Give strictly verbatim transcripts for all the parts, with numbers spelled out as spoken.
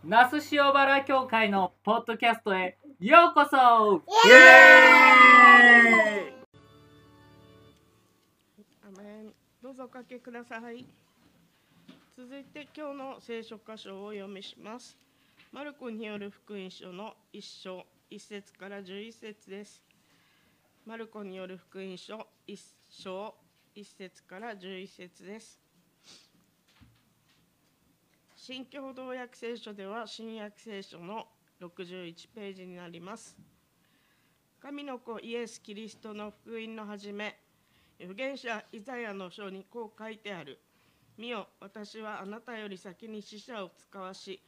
那須塩原教会のポッドキャストへようこそ。 イエーイ。 アメン。どうぞおかけください。続いて今日の聖書箇所をお読みします。マルコによる福音書の一章一節から十一節です。マルコによる福音書一章一節から十一節です。新共同訳聖書では新約聖書のろくじゅういちページになります。神の子イエス・キリストの福音の始め、預言者イザヤの書にこう書いてある。見よ、私はあなたより先に使者を使わし、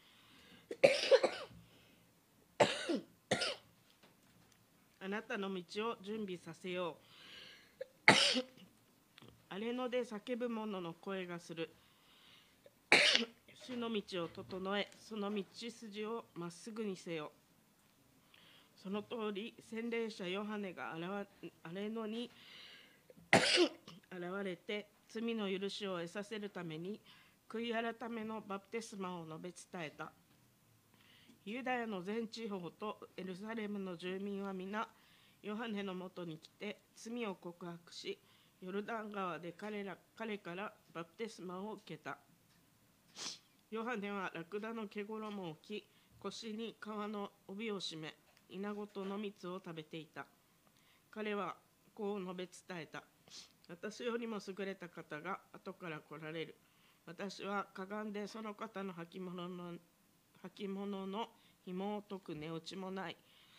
あなたの道を準備させよう。荒れ野で叫ぶ者の声がする。主の道を整え、その道筋をまっすぐにせよ。その通り、洗礼者ヨハネが荒れ野に現れて、罪の許しを得させるために、悔い改めのバプテスマを述べ伝えた。ユダヤの全地方とエルサレムの住民は皆、ヨハネのもとに来て、罪を告白し、ヨルダン川で彼ら彼からバプテスマを受けた。ヨハネはラクダの毛衣を着、腰に革の帯を締め、稲子との蜜を食べていた。彼はこう述べ伝えた。私よりも優れた方が後から来られる。私はかがんでその方の履物の履物の紐を解く値打ちもない。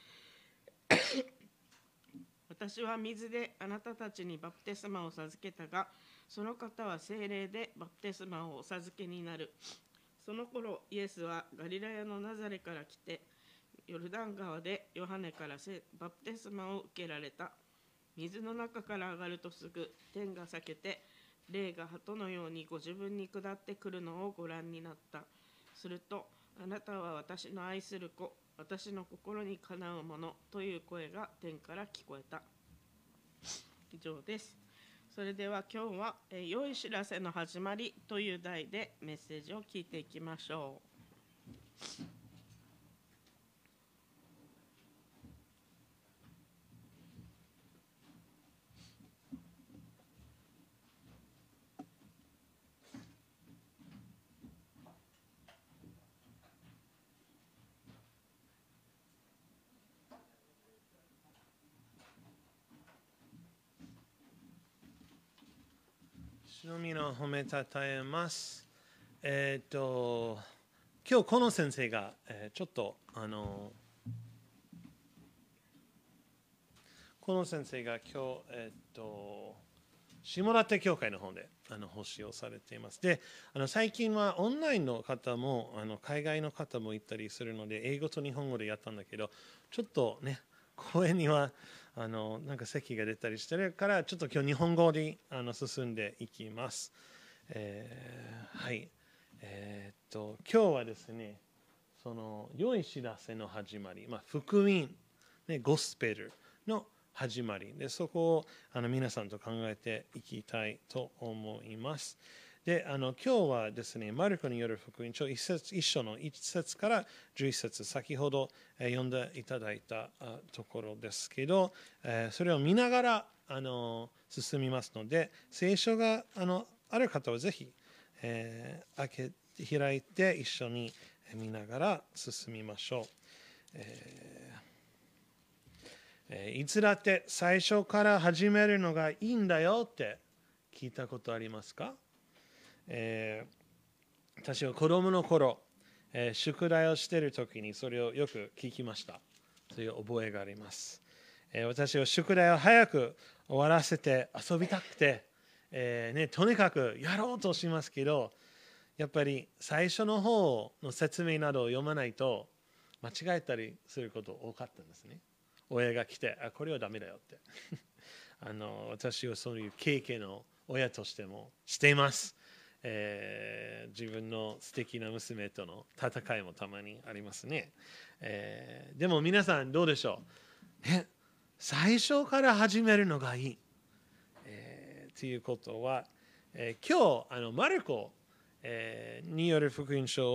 私は水であなたたちにバプテスマを授けたが、その方は聖霊でバプテスマをお授けになる。その頃、イエスはガリラヤのナザレから来て、ヨルダン川でヨハネからバプテスマを受けられた。水の中から上がるとすぐ天が裂けて、霊が鳩のようにご自分に下ってくるのをご覧になった。すると、あなたは私の愛する子、私の心にかなうものという声が天から聞こえた。以上です。それでは今日は、えー、良い知らせの始まりという題でメッセージを聞いていきましょう。 主の皆を褒めたたえます。えっ、ー、と、今日この先生が、えー、ちょっと、あの、この先生が今日、えっ、ー、と、下館教会の方であの奉仕をされています。で、あの最近はオンラインの方も、あの海外の方も行ったりするので、英語と日本語でやったんだけど、ちょっとね、声には、あのなんか咳が出たりしてるから、ちょっと今日日本語にあの進んでいきます。えー、はい。えー、っと、今日はですね、その良い知らせの始まり、まあ、福音、ね、ゴスペルの始まりで、そこをあの皆さんと考えていきたいと思います。で、あの今日はですね、マルコによる福音書一節一章の一節から十一節、先ほど読んでいただいたところですけど、それを見ながらあの進みますので、聖書があのある方はぜひ、えー、開け開いて一緒に見ながら進みましょう。えー、いつだって最初から始めるのがいいんだよって聞いたことありますか？えー、私は子供の頃、えー、宿題をしているときにそれをよく聞きました。という覚えがあります。えー、私は宿題を早く終わらせて遊びたくて、えーね、とにかくやろうとしますけど、やっぱり最初の方の説明などを読まないと間違えたりすること多かったんですね。親が来て、あ、これはダメだよってあの私はそういう経験の親としてもしています。えー、自分の素敵な娘との戦いもたまにありますね。えー、でも皆さんどうでしょう、ね、最初から始めるのがいい。えー、ということは、えー、今日あのマルコ、えー、による福音書を、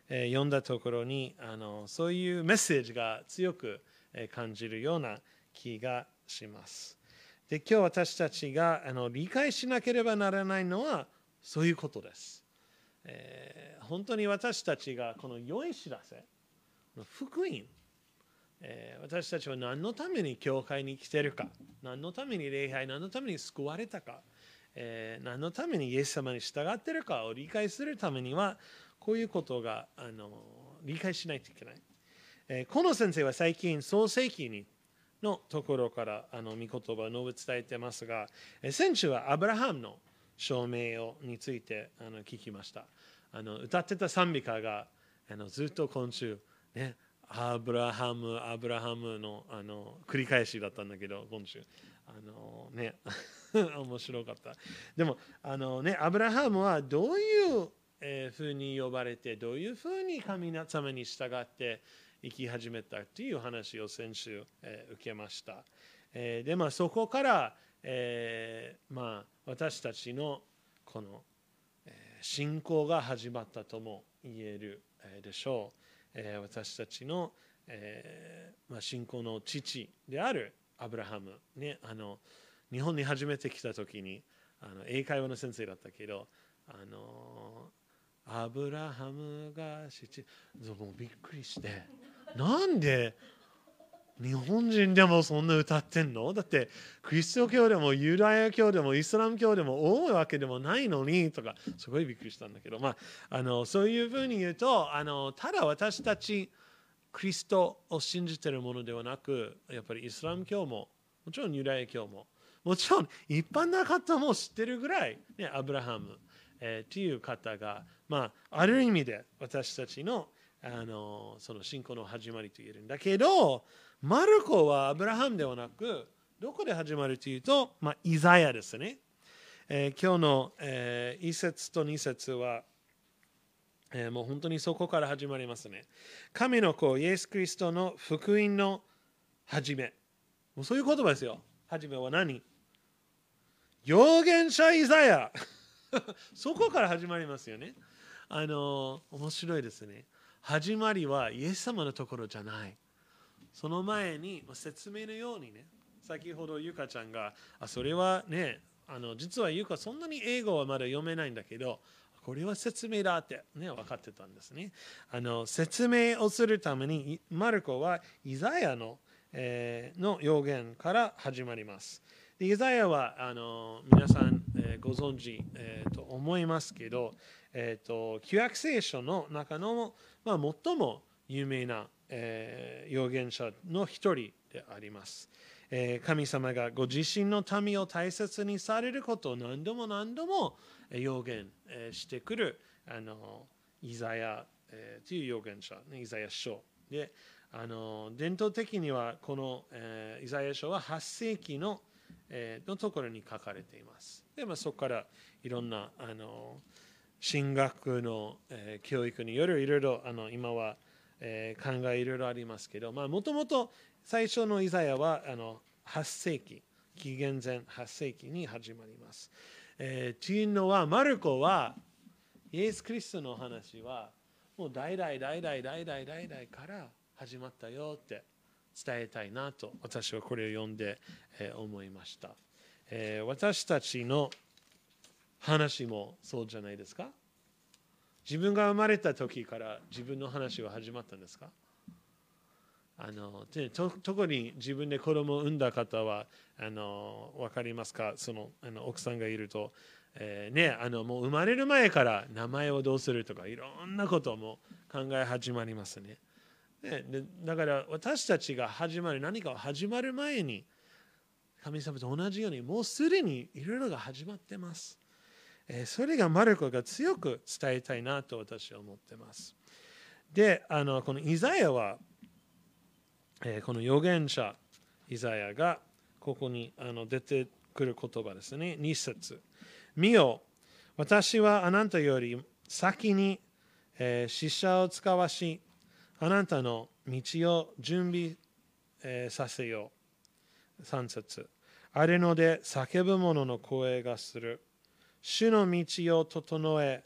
えー読んだところにあのそういうメッセージが強くえー感じるような気がします。で、今日私たちがあの理解しなければならないのはそういうことです。えー本当に私たちがこの良い知らせ、福音、えー私たちは何のために教会に来ているか、何のために礼拝、何のために救われたか、えー何のためにイエス様に従っているかを理解するためには、こういうことがあの理解しないといけない。えーこの先生は最近、創世記にのところからあの御言葉を述べ伝えてますが、えー先週はアブラハムの証明をについてあの聞きました。あの歌ってた賛美歌があのずっと今週、ね、アブラハム、アブラハムのあの繰り返しだったんだけど、今週。あのね、面白かった。でも、あのね、アブラハムはどういうえーふうに呼ばれて、どういうふうに神様に従って生き始めたという話を先週、えー受けました。えーで、まあ、そこから、えーまあ、私たちのこの、えー信仰が始まったとも言える、えーでしょう。えー私たちの、えーまあ、信仰の父であるアブラハム、ね、あの日本に初めて来た時にあの英会話の先生だったけど、あのアブラハムが父、もうびっくりして、なんで日本人でもそんな歌ってんの？だってキリスト教でもユダヤ教でもイスラム教でも多いわけでもないのにとか、すごいびっくりしたんだけど、まあ、あのそういうふうに言うと、あのただ私たちキリストを信じているものではなく、やっぱりイスラム教も、もちろんユダヤ教も、もちろん一般の方も知ってるぐらい、ね、アブラハム、えー、という方が、まあ、ある意味で私たちの、あのその信仰の始まりと言えるんだけど、マルコはアブラハムではなく、どこで始まるというと、まあ、イザヤですね。えー今日の、えー、いっ節とに節は、えーもう本当にそこから始まりますね。神の子、イエス・キリストの福音の始め。もうそういう言葉ですよ。始めは何？預言者イザヤ。そこから始まりますよね。あの、面白いですね。始まりはイエス様のところじゃない。その前に説明のようにね、先ほどゆかちゃんが、あそれはね、あの実はゆかそんなに英語はまだ読めないんだけど、これは説明だって、ね、分かってたんですね。あの説明をするために、マルコはイザヤの、えーの予言から始まります。でイザヤはあの皆さん、えーご存知、えーと思いますけど、えーと旧約聖書の中の、まあ、最も有名なえー預言者の一人であります。えー神様がご自身の民を大切にされることを何度も何度も預言してくるあのイザヤ、えー、という預言者、イザヤ書で、あの伝統的にはこの、えーイザヤ書ははっ世紀の、えーのところに書かれています。で、まあ、そこからいろんなあの神学の、えー教育によるいろいろあの今はえー考えいろいろありますけど、もともと最初のイザヤはあのはっ世紀、紀元前はっ世紀に始まります。えー、というのは、マルコはイエス・キリストの話はもう代々代々代々代々から始まったよって伝えたいなと私はこれを読んで、えー思いました。えー私たちの話もそうじゃないですか？自分が生まれた時から自分の話は始まったんですか？あのでと特に自分で子供を産んだ方はあの分かりますか？そのあの奥さんがいると、えーね、あのもう生まれる前から名前をどうするとかいろんなことも考え始まりますね。ででだから私たちが始まる何かを始まる前に神様と同じようにもうすでにいろいろが始まってます。それがマルコが強く伝えたいなと私は思っています。で、あのこのイザヤは、この預言者イザヤがここにあの出てくる言葉ですね。に節。見よ、私はあなたより先に、えー、使者を使わし、あなたの道を準備、えー、させよう。さん節。あれので叫ぶ者の声がする。主の道を整え、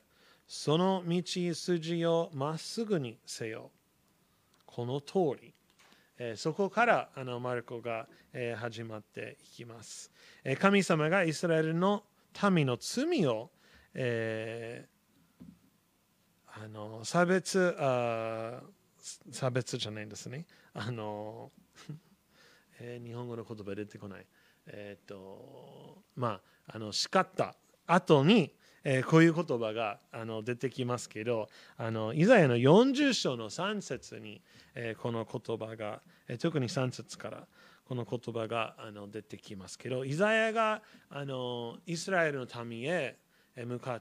その道筋をまっすぐにせよ。この通り。えー、そこからあのマルコが、えー、始まっていきます、えー。神様がイスラエルの民の罪を、えー、あの差別あ、差別じゃないんですね。あの、えー、日本語の言葉出てこない。えー、とまあ、あの叱った後に、えー、こういう言葉があの出てきますけど、あのイザヤのよんじゅう章のさん節に、えー、この言葉が、えー、特にさん節からこの言葉があの出てきますけど、イザヤがあのイスラエルの民へ向かって、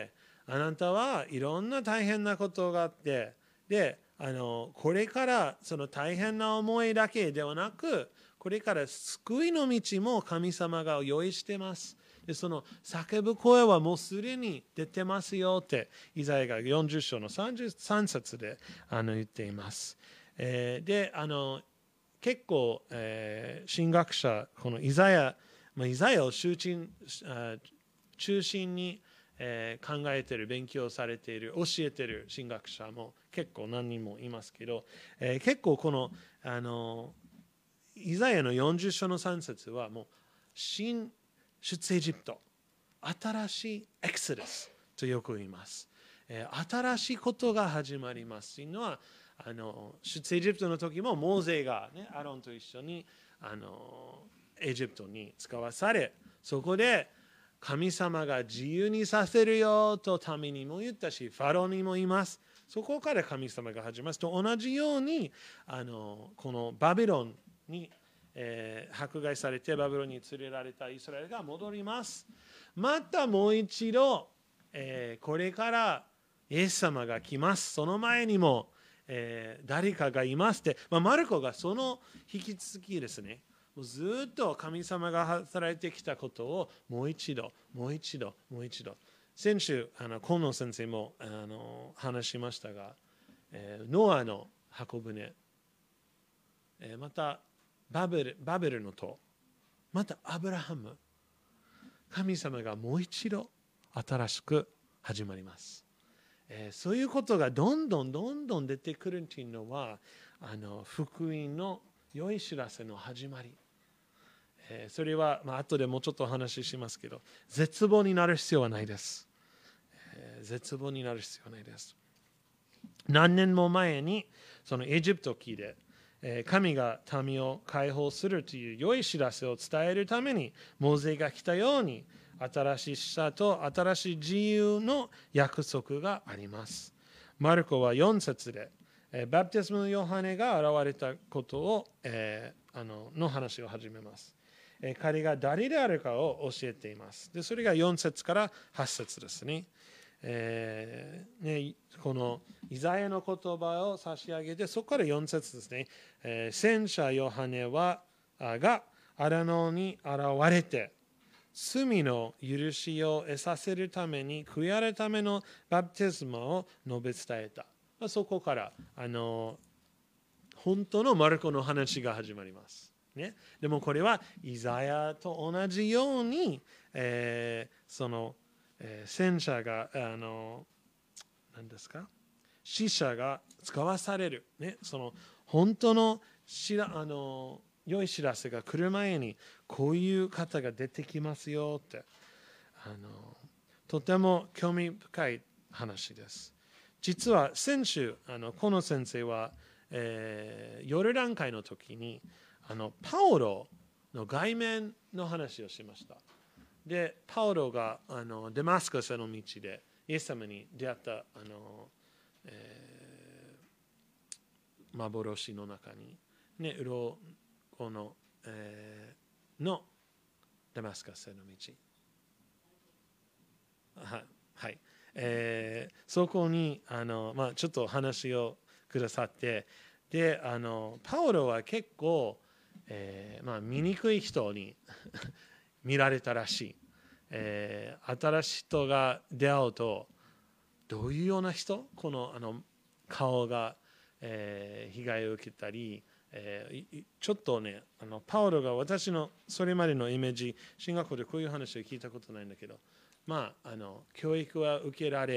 あなたはいろんな大変なことがあって、であのこれからその大変な思いだけではなく、これから救いの道も神様が用意しています。でその叫ぶ声はもうすでに出てますよって、イザヤがよんじゅう章のさんじゅうさん節であの言っています。えー、であの結構、えー、神学者、このイザヤ、まあ、イザヤを中心中心に、えー、考えている、勉強されている、教えている神学者も結構何人もいますけど、えー、結構この、あのイザヤのよんじゅう章のさん節はもう新出エジプト、新しいエクソダスとよく言います。えー、新しいことが始まりますというのは、あの出エジプトの時もモーゼが、ね、アロンと一緒にあのエジプトに使わされ、そこで神様が自由にさせるよと民にも言ったし、ファローにも言います。そこから神様が始まると同じように、あのこのバビロンに、えー、迫害されてバビロンに連れられたイスラエルが戻ります。またもう一度、えー、これからイエス様が来ます。その前にも、えー、誰かがいますって、まあ、マルコがその引き続きですね、ずっと神様が働いてきたことをもう一度、もう一度、もう一度。先週、あの河野先生もあの話しましたが、えー、ノアの箱舟、えー、またバベル、バベルの塔、またアブラハム、神様がもう一度新しく始まります。えー、そういうことがどんどんどんどん出てくるというのは、あの福音の良い知らせの始まり。えー、それは、まあ後でもうちょっとお話ししますけど、絶望になる必要はないです。えー、絶望になる必要はないです。何年も前に、そのエジプト記で、神が民を解放するという良い知らせを伝えるために、モーゼが来たように、新しい死者と新しい自由の約束があります。マルコはよん節で、バプテスマのヨハネが現れたことを、えー、あのの話を始めます。彼が誰であるかを教えています。で、それがよん節からはち節ですね。えー、ね、このイザヤの言葉を差し上げて、そこからよん節ですね。えー、戦車ヨハネはが荒野に現れて、罪の許しを得させるために、悔い改めためのバプテスマを述べ伝えた。そこからあの本当のマルコの話が始まります。ね、でもこれはイザヤと同じように、えー、そのえー、戦車があの何ですか、死者が使わされる、ね、その本当のしらあの良い知らせが来る前にこういう方が出てきますよって、あのとても興味深い話です。実は先週あのこの先生は、えー、ヨルダン海の時にあのパウロの外面の話をしました。で、パウロがあのデマスカスの道でイエス様に出会ったあの、えー、幻の中に、ね、鱗の、えー、のデマスカスの道。はい、はいえー、そこにあの、まあ、ちょっと話をくださって、であのパウロは結構、えーまあ、醜い人に見られたらしい、えー、新しい人が出会うとどういうような人、この、あの顔が、えー、被害を受けたり、えー、ちょっとねあのパウロが私のそれまでのイメージ、進学校でこういう話を聞いたことないんだけど、まあ、あの教育は受けられ、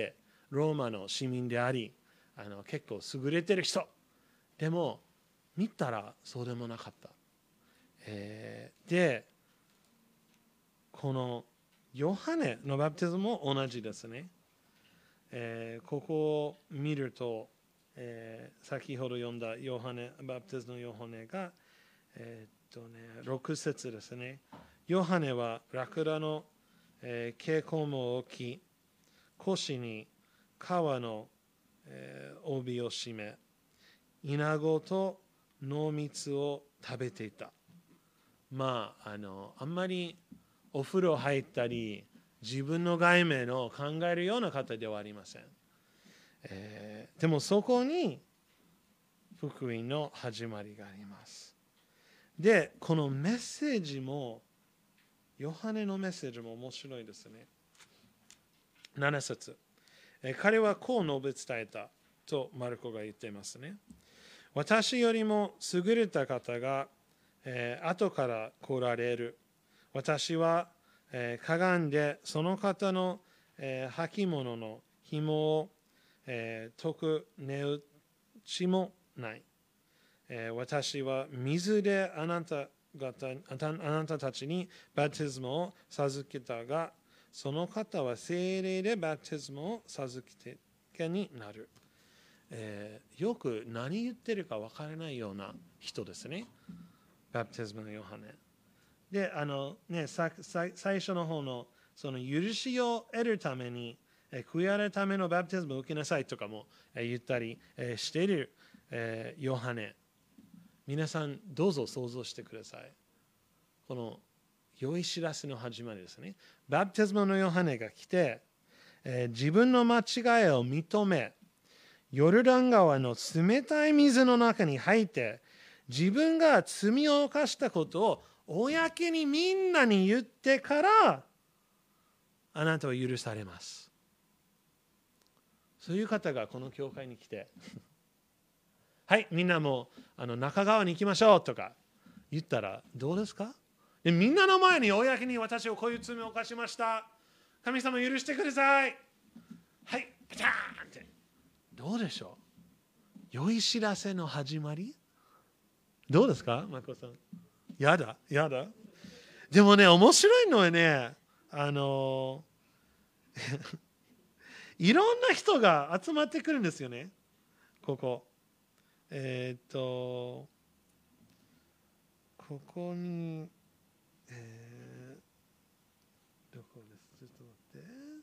ローマの市民であり、あの結構優れてる人。でも、見たらそうでもなかった。えー、で、このヨハネのバプテスマも同じですね。えー、ここを見ると、えー、先ほど読んだヨハネ、バプテスマのヨハネが、えー、っとね、ろく節ですね。ヨハネはラクダの、えー、蛍光も置き、腰に革の、えー、帯を締め、イナゴと濃蜜を食べていた。まあ、あの、あんまりお風呂入ったり、自分の外面を考えるような方ではありません。えー、でもそこに福音の始まりがあります。で、このメッセージも、ヨハネのメッセージも面白いですね。なな節。彼はこう述べ伝えたとマルコが言っていますね。私よりも優れた方が、えー、後から来られる。私は、えー、かがんでその方の、えー、履物の紐を、えー、解く値打ちもない。えー、私は水であなた方あなたたちにバプテスマを授けたが、その方は聖霊でバプテスマを授けてになる。えー、よく何言ってるか分からないような人ですね。バプテスマのヨハネ。で、あのね、ささ最初の方のその許しを得るために、えー、悔やるためのバプテスマを受けなさいとかも、えー、言ったり、えー、している、えー、ヨハネ。皆さんどうぞ想像してください。この良い知らせの始まりですね。バプテスマのヨハネが来て、えー、自分の間違いを認め、ヨルダン川の冷たい水の中に入って、自分が罪を犯したことを公にみんなに言ってから、あなたは許されます。そういう方がこの教会に来て、はい、みんなもあの中川に行きましょうとか言ったらどうですか？でみんなの前に公に私をこういう罪を犯しました。神様許してください。はい、パチャーンって。どうでしょう？良い知らせの始まり？どうですか、マコさん？やだ、やだ。でもね、面白いのはね、あのいろんな人が集まってくるんですよね、ここ。えっ、ー、と、ここに、えー、どこです？ちょっと待って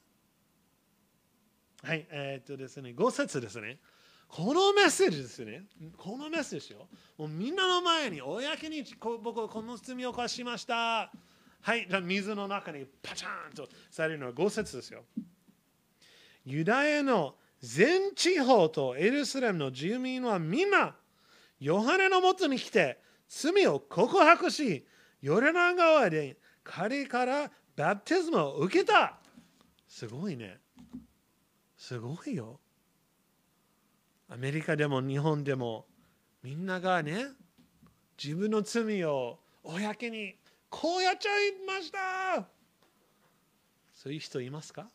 。はい、えっ、ー、とですね、ご節ですね。このメッセージですよね。このメッセージよ。もうみんなの前に、公に僕はこの罪を犯しました。はい、じゃあ水の中にパチャーンとされるのはご節ですよ。ユダヤの全地方とエルサレムの住民はみんな、ヨハネのもとに来て、罪を告白し、ヨルダン川で彼からバプテスマを受けた。すごいね。すごいよ。アメリカでも日本でもみんながね、自分の罪を公にこうやっちゃいました。そういう人いますか？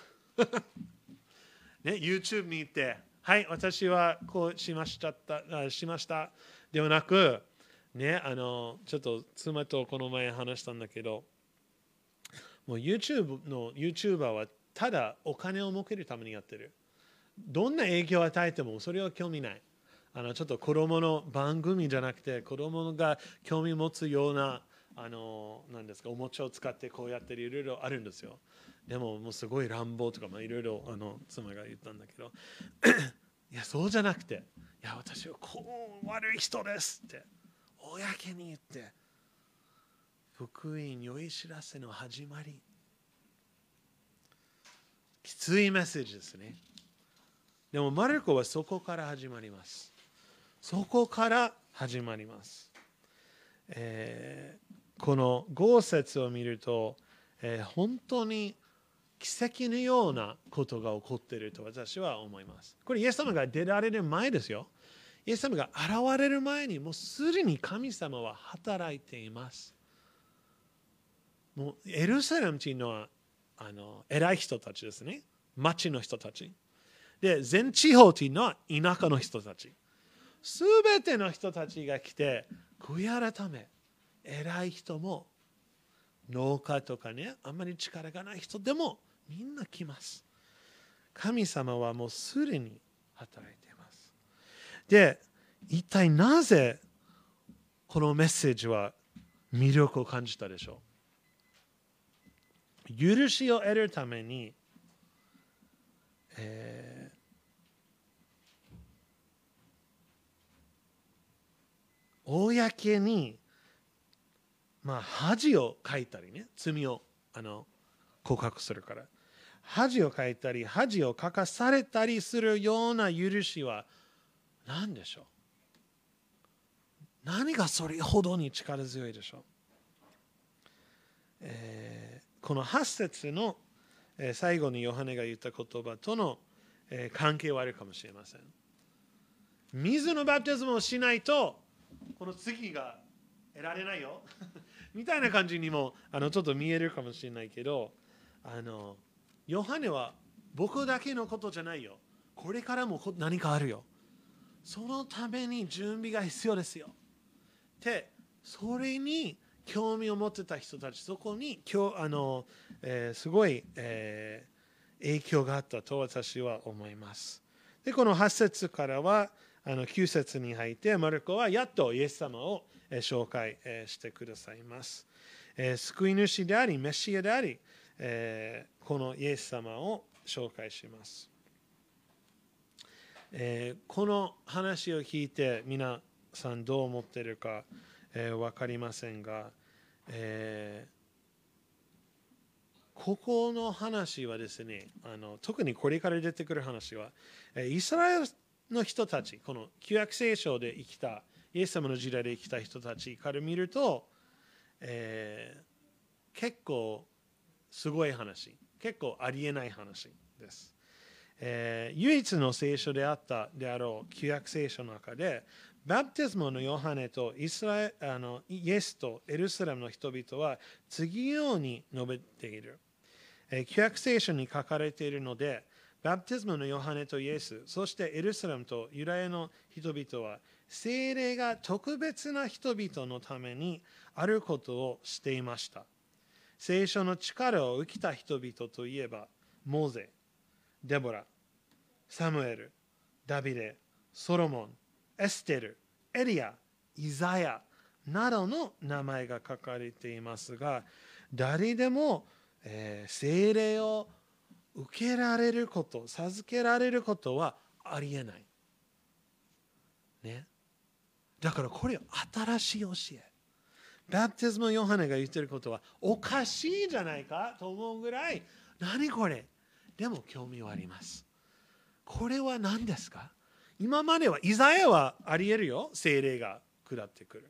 ね、YouTube に行って、はい、私はこうしました、しました。ではなく、ね、あの、ちょっと妻とこの前話したんだけど、もう YouTube の YouTuber はただお金を儲けるためにやってる。どんな影響を与えてもそれは興味ない。あのちょっと子供の番組じゃなくて子供が興味持つようなあのなんですかおもちゃを使ってこうやっていろいろあるんですよ。でももうすごい乱暴とかいろいろあの妻が言ったんだけどいやそうじゃなくていや私はこう悪い人ですって公に言って福音良い知らせの始まり。きついメッセージですね。でもマルコはそこから始まります。そこから始まります。えー、このご節を見ると、えー、本当に奇跡のようなことが起こっていると私は思います。これイエス様が出られる前ですよ。イエス様が現れる前にもうすでに神様は働いています。もうエルサレムというのはあの偉い人たちですね。町の人たち。 で、全地方というのは田舎の人たち。すべての人たちが来て、悔い改め、偉い人も、農家とかね、あんまり力がない人でもみんな来ます。神様はもうすでに働いています。で、一体なぜこのメッセージは魅力を感じたでしょう。許しを得るために、えー、公に、まあ、恥をかいたりね、罪をあの告白するから。恥をかいたり、恥をかかされたりするような許しは何でしょう。何がそれほどに力強いでしょう。えー、このはち節の、えー、最後にヨハネが言った言葉との、えー、関係はあるかもしれません。水のバプテスマをしないと、この次が得られないよ。みたいな感じにもあのちょっと見えるかもしれないけど、あのヨハネは僕だけのことじゃないよ。これからも何かあるよ。そのために準備が必要ですよ。で、それに興味を持ってた人たち、そこに今日あの、えー、すごい、えー、影響があったと私は思います。で、このはち節からはあのきゅう節に入って、マルコはやっとイエス様を紹介してくださいます。救い主であり、メシアであり、このイエス様を紹介します。この話を聞いて皆さんどう思っているか分かりませんが、ここの話はですね、あの特にこれから出てくる話は、イスラエルの人たち、この旧約聖書で生きた、イエス様の時代で生きた人たちから見ると、えー、結構すごい話、結構ありえない話です。えー、唯一の聖書であったであろう旧約聖書の中で、バプテスマのヨハネとイスラエあのイエスとエルサレムの人々は次のように述べている。えー、旧約聖書に書かれているので、バプテスマのヨハネとイエス、そしてエルサレムとユダヤの人々は、聖霊が特別な人々のためにあることをしていました。聖書の力を受けた人々といえば、モーゼ、デボラ、サムエル、ダビデ、ソロモン、エステル、エリア、イザヤなどの名前が書かれていますが、誰でも、えー、聖霊を受けられること、授けられることはありえない。ね。だからこれは新しい教え。バプテスマヨハネが言っていることはおかしいじゃないかと思うぐらい、何これ？でも興味はあります。これは何ですか？今まではイザヤはありえるよ。聖霊が下ってくる。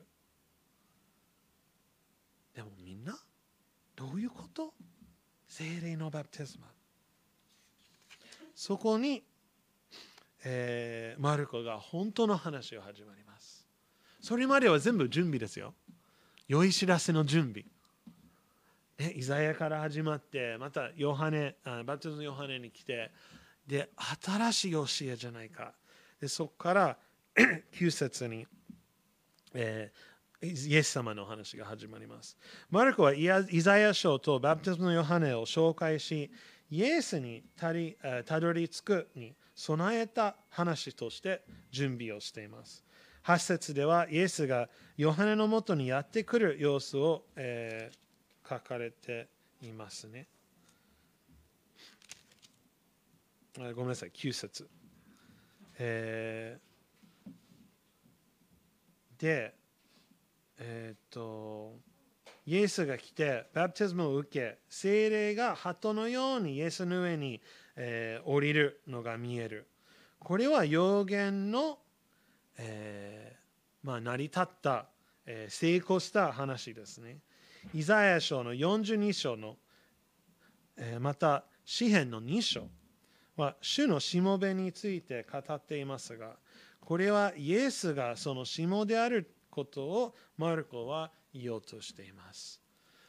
でもみんなどういうこと？聖霊のバプテスマ。そこに、えー、マルコが本当の話が始まります。それまでは全部準備ですよ。良い知らせの準備。ね、イザヤから始まって、またヨハネ、バプテスマのヨハネに来て、で、新しい教えじゃないか。でそこからきゅう節に、えー、イエス様の話が始まります。マルコはイザヤ書とバプテスマのヨハネを紹介し、イエスにたりたどり着くに備えた話として準備をしています。はち節ではイエスがヨハネのもとにやってくる様子を、えー、書かれていますね。ごめんなさい、きゅう節。えー、で、えー、っと、イエスが来て、バプテスマを受け、聖霊が鳩のようにイエスの上に、えー、降りるのが見える。これは預言の、えーまあ、成り立った、えー、成功した話ですね。イザヤ書のよんじゅうに章の、えー、また詩編のに章は主のしもべについて語っていますが、これはイエスがそのしもであることをマルコは言おうとしています。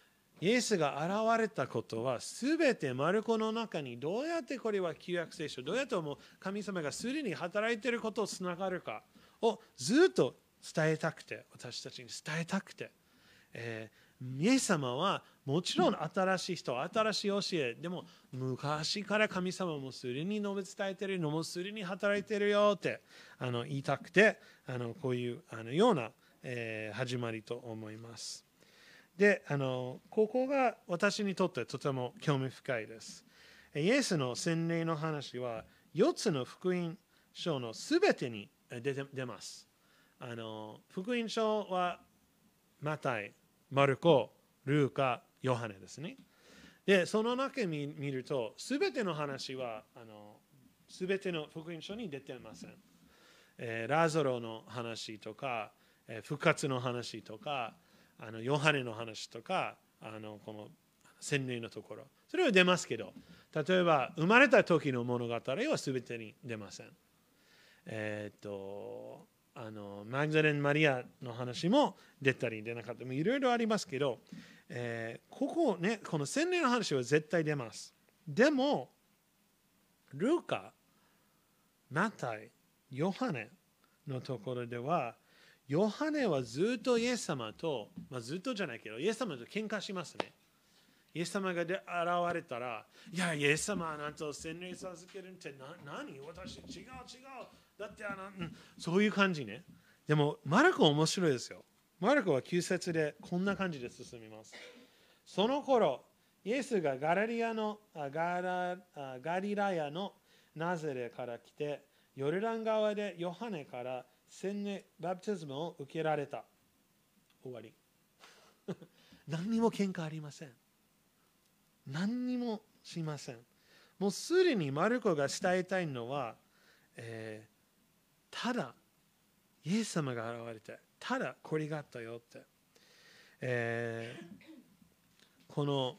イエスが現れたことは、すべてマルコの中にどうやってこれは旧約聖書、どうやってもう神様がすでに働いていることをつながるかをずっと伝えたくて、私たちに伝えたくて、えー、イエス様はもちろん新しい人、新しい教え、でも昔から神様もすでに述べ伝えているのもすでに働いているよってあの言いたくて、あのこういうあのような、えー、始まりと思います。で、あのここが私にとってとても興味深いです。イエスの洗礼の話はよっつの福音書のすべてに出て出ます。あの福音書はマタイ、マルコ、ルーカ、ヨハネですね。で、その中見見ると、すべての話はあのすべての福音書に出ていません。えー、ラザロの話とか、えー、復活の話とか、あのヨハネの話とか、あのこの洗礼のところ、それは出ますけど、例えば生まれた時の物語はすべてに出ません。えー、っとあのマグダレン・マリアの話も出たり出なかったり、いろいろありますけど、えー、ここね、この洗礼の話は絶対出ます。でも、ルーカ、マタイ、ヨハネのところでは、ヨハネはずっとイエス様と、まあ、ずっとじゃないけど、イエス様と喧嘩しますね。イエス様が現れたら、いや、イエス様はなんと洗礼させるってな何私、違う違う。だってあの、うん、そういう感じね。でも、マルコ面白いですよ。マルコはきゅう節でこんな感じで進みます。その頃、イエスがガラリアのガラガリラヤのナザレから来て、ヨルダン川でヨハネから洗礼バプテスマを受けられた。終わり。何にも喧嘩ありません。何にもしません。もうすでにマルコが伝えたいのは、えー、ただ、イエス様が現れて、ただこれがあったよって。えー、この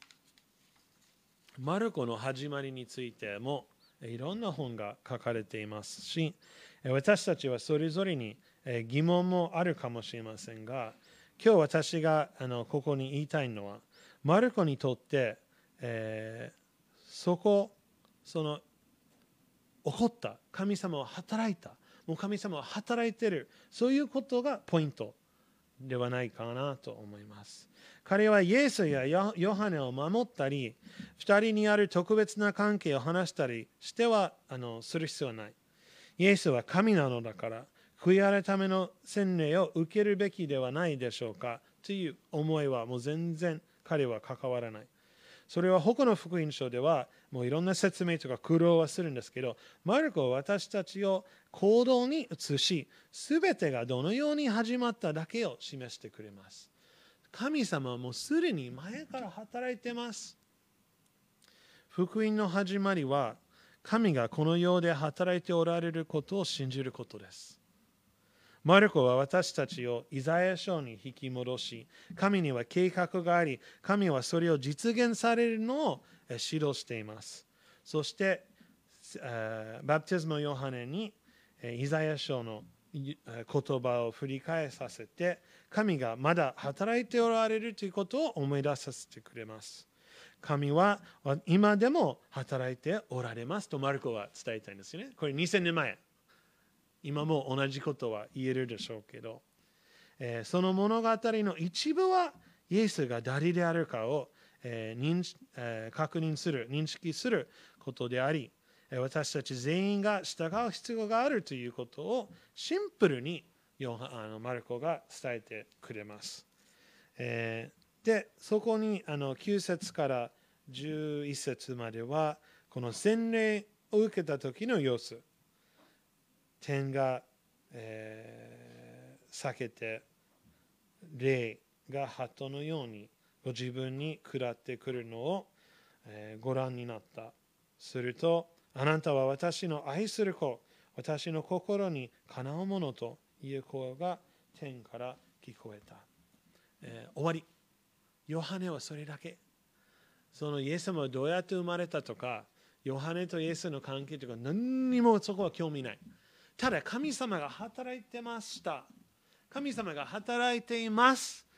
マルコの始まりについてもいろんな本が書かれていますし、私たちはそれぞれに疑問もあるかもしれませんが、今日私があのここに言いたいのは、マルコにとって、えー、そこ、その起こった、神様は働いた、もう神様は働いている、そういうことがポイントではないかなと思います。彼はイエスやヨハネを守ったり、二人にある特別な関係を話したりしてはあのする必要はない。イエスは神なのだから、悔い改めの洗礼を受けるべきではないでしょうかという思いはもう全然彼は関わらない。それは他の福音書ではもういろんな説明とか苦労はするんですけど、マルコは私たちを行動に移し、すべてがどのように始まっただけを示してくれます。神様はもうすでに前から働いています。福音の始まりは、神がこの世で働いておられることを信じることです。マルコは私たちをイザヤ書に引き戻し、神には計画があり、神はそれを実現されるのを指導しています。そして、バプテスマヨハネにイザヤ書の言葉を振り返させて、神がまだ働いておられるということを思い出させてくれます。神は今でも働いておられますとマルコは伝えたいんですよね。これにせんねんまえ。今も同じことは言えるでしょうけど、えー、その物語の一部はイエスが誰であるかを、えー認えー、確認する、認識することであり、私たち全員が従う必要があるということをシンプルにヨハあのマルコが伝えてくれます。えー、で、そこにあのきゅう節からじゅういち節までは、この洗礼を受けた時の様子。天が、えー、裂けて、霊が鳩のようにご自分に下ってくるのを、えー、ご覧になった。すると、あなたは私の愛する子、私の心にかなうものという声が天から聞こえた。えー、終わり。ヨハネはそれだけ。そのイエス様はどうやって生まれたとか、ヨハネとイエスの関係とか何にもそこは興味ない。ただ神様が働いてました。神様が働いています。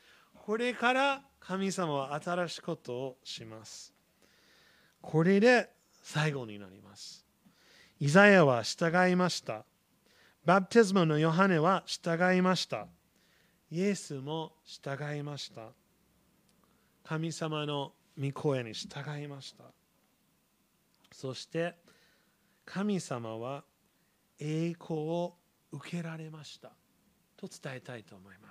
これから神様は新しいことをします。これで最後になります。イザヤは従いました。バプテスマのヨハネは従いました。イエスも従いました。神様の御声に従いました。そして神様は栄光を受けられましたと伝えたいと思います。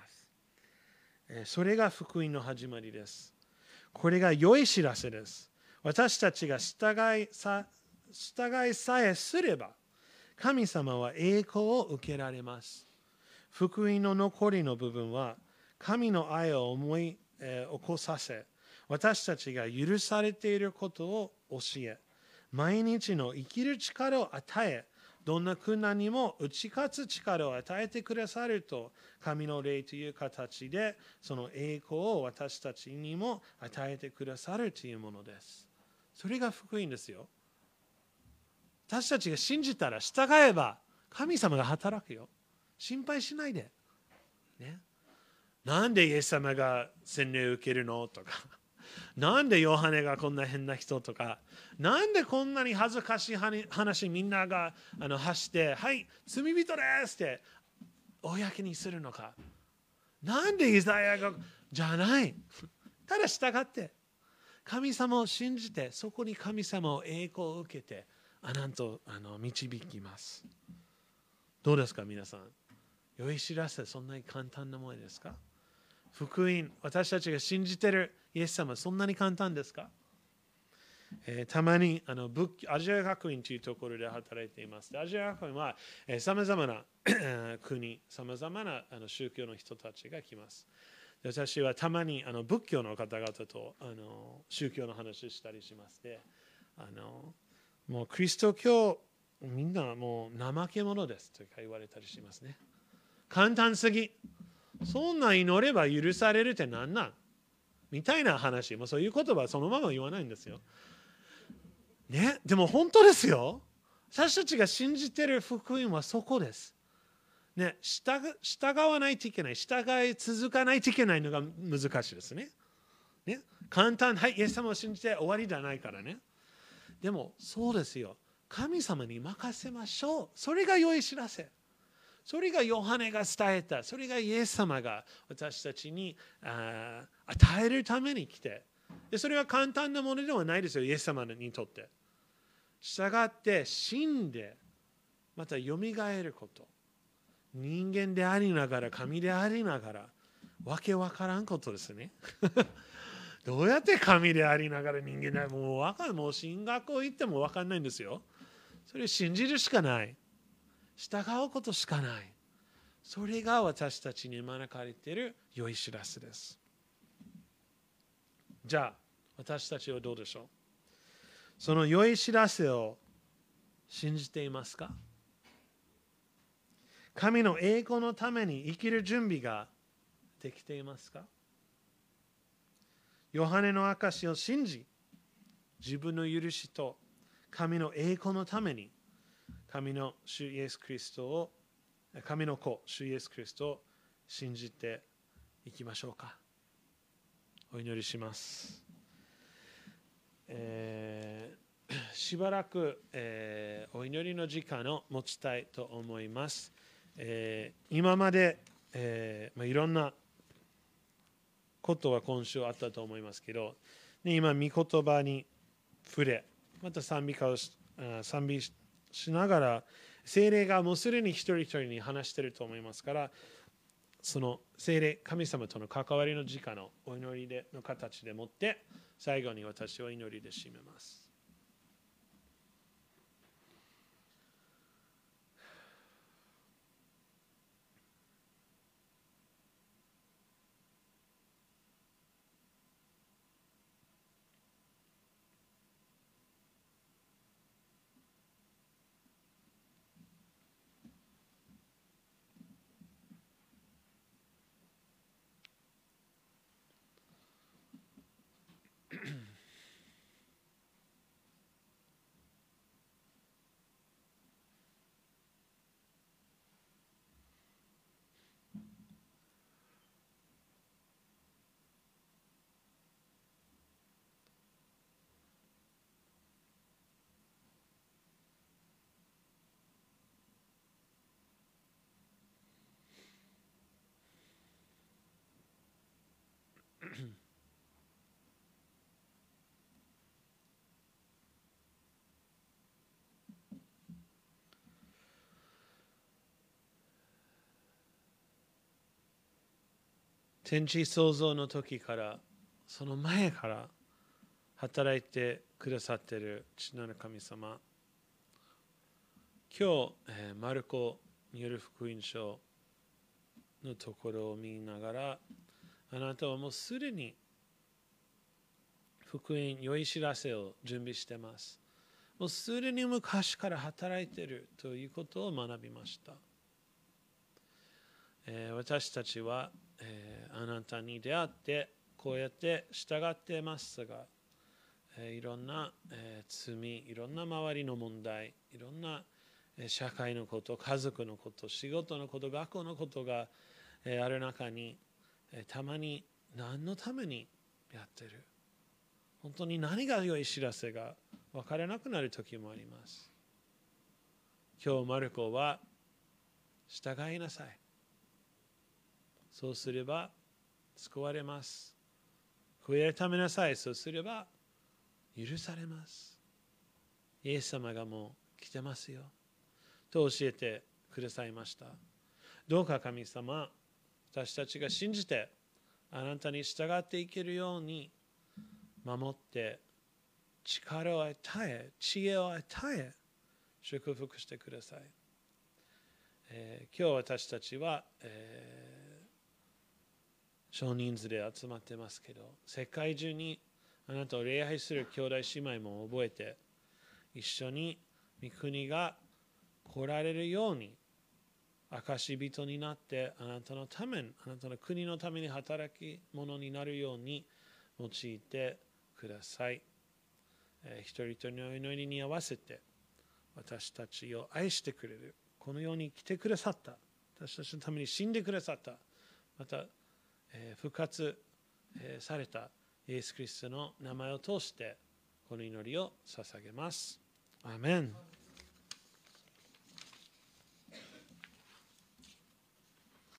それが福音の始まりです。これが良い知らせです。私たちが従いさ、従いさえすれば、神様は栄光を受けられます。福音の残りの部分は、神の愛を思い、えー、起こさせ、私たちが許されていることを教え、毎日の生きる力を与え、どんな苦難にも打ち勝つ力を与えてくださると、神の霊という形で、その栄光を私たちにも与えてくださるというものです。それが福音ですよ。私たちが信じたら従えば、神様が働くよ。心配しないで。ね、なんでイエス様が洗礼を受けるのとか、なんでヨハネがこんな変な人とか、なんでこんなに恥ずかしい話みんながあの発して、はい、罪人ですって公にするのか。なんでイザヤがじゃない。ただ従って、神様を信じて、そこに神様を栄光を受けて、あなんとあの導きます。どうですか皆さん。良い知らせ、そんなに簡単なものですか？福音、私たちが信じているイエス様、そんなに簡単ですか？えー、たまにあの仏アジア学院というところで働いています。アジア学院はさまざまな国、さまざまなあの宗教の人たちが来ます。で私はたまにあの仏教の方々とあの宗教の話をしたりしますで、あのもうキリスト教、みんなもう怠け者ですとか言われたりしますね。簡単すぎ。そんな祈れば許されるって何なんみたいな話。もうそういう言葉はそのまま言わないんですよ。ね、でも本当ですよ。私たちが信じている福音はそこです。ね、従、従わないといけない。従い続かないといけないのが難しいですね。ね、簡単、はい、イエス様を信じて終わりじゃないからね。でもそうですよ。神様に任せましょう。それが良い知らせ。それがヨハネが伝えた。それがイエス様が私たちにあ与えるために来て。でそれは簡単なものではないですよ。イエス様にとって。従って死んでまたよみがえること。人間でありながら神でありながらわけわからんことですね。どうやって神でありながら人間でありもうわかんない。もう進学校行ってもわかんないんですよ。それを信じるしかない。従うことしかない。それが私たちに招かれている良い知らせです。じゃあ私たちはどうでしょう。その良い知らせを信じていますか？神の栄光のために生きる準備ができていますか？ヨハネの証を信じ、自分の許しと神の栄光のために神の主イエス・キリストを、神の子、主イエス・キリストを信じていきましょうか。お祈りします。えー、しばらく、えー、お祈りの時間を持ちたいと思います。えー、今まで、えーまあ、いろんなことは今週あったと思いますけど、ね、今、御言葉に触れ、また賛美歌をし賛美ししながら、聖霊がもうすでに一人一人に話していると思いますから、その聖霊、神様との関わりの時間をお祈りでの形でもって、最後に私は祈りで締めます。 天地創造の時から、その前から働いてくださっている父なる神様。今日、えー、マルコによる福音書のところを見ながら、あなたはもうすでに福音、良い知らせを準備しています。もうすでに昔から働いているということを学びました。えー、私たちは、えー、あなたに出会ってこうやって従っていますが、えー、いろんな、えー、罪、いろんな周りの問題、いろんな、えー、社会のこと、家族のこと、仕事のこと、学校のことが、えー、ある中に、えー、たまに何のためにやっている、本当に何が良い知らせが分からなくなる時もあります。今日マルコは従いなさい。そうすれば救われます。悔い改めなさい。そうすれば許されます。イエス様がもう来てますよ。と教えてくださいました。どうか神様、私たちが信じてあなたに従っていけるように守って力を与え、知恵を与え、祝福してください。えー、今日私たちは、えー、少人数で集まってますけど、世界中にあなたを礼拝する兄弟姉妹も覚えて、一緒に御国が来られるように、証人になってあなたのために、あなたの国のために働き者になるように用いてください。えー、一人一人の祈りに合わせて私たちを愛してくれる、この世に来てくださった、私たちのために死んでくださった、また、えー、復活、えー、されたイエス・キリストの名前を通してこの祈りを捧げます。アーメン。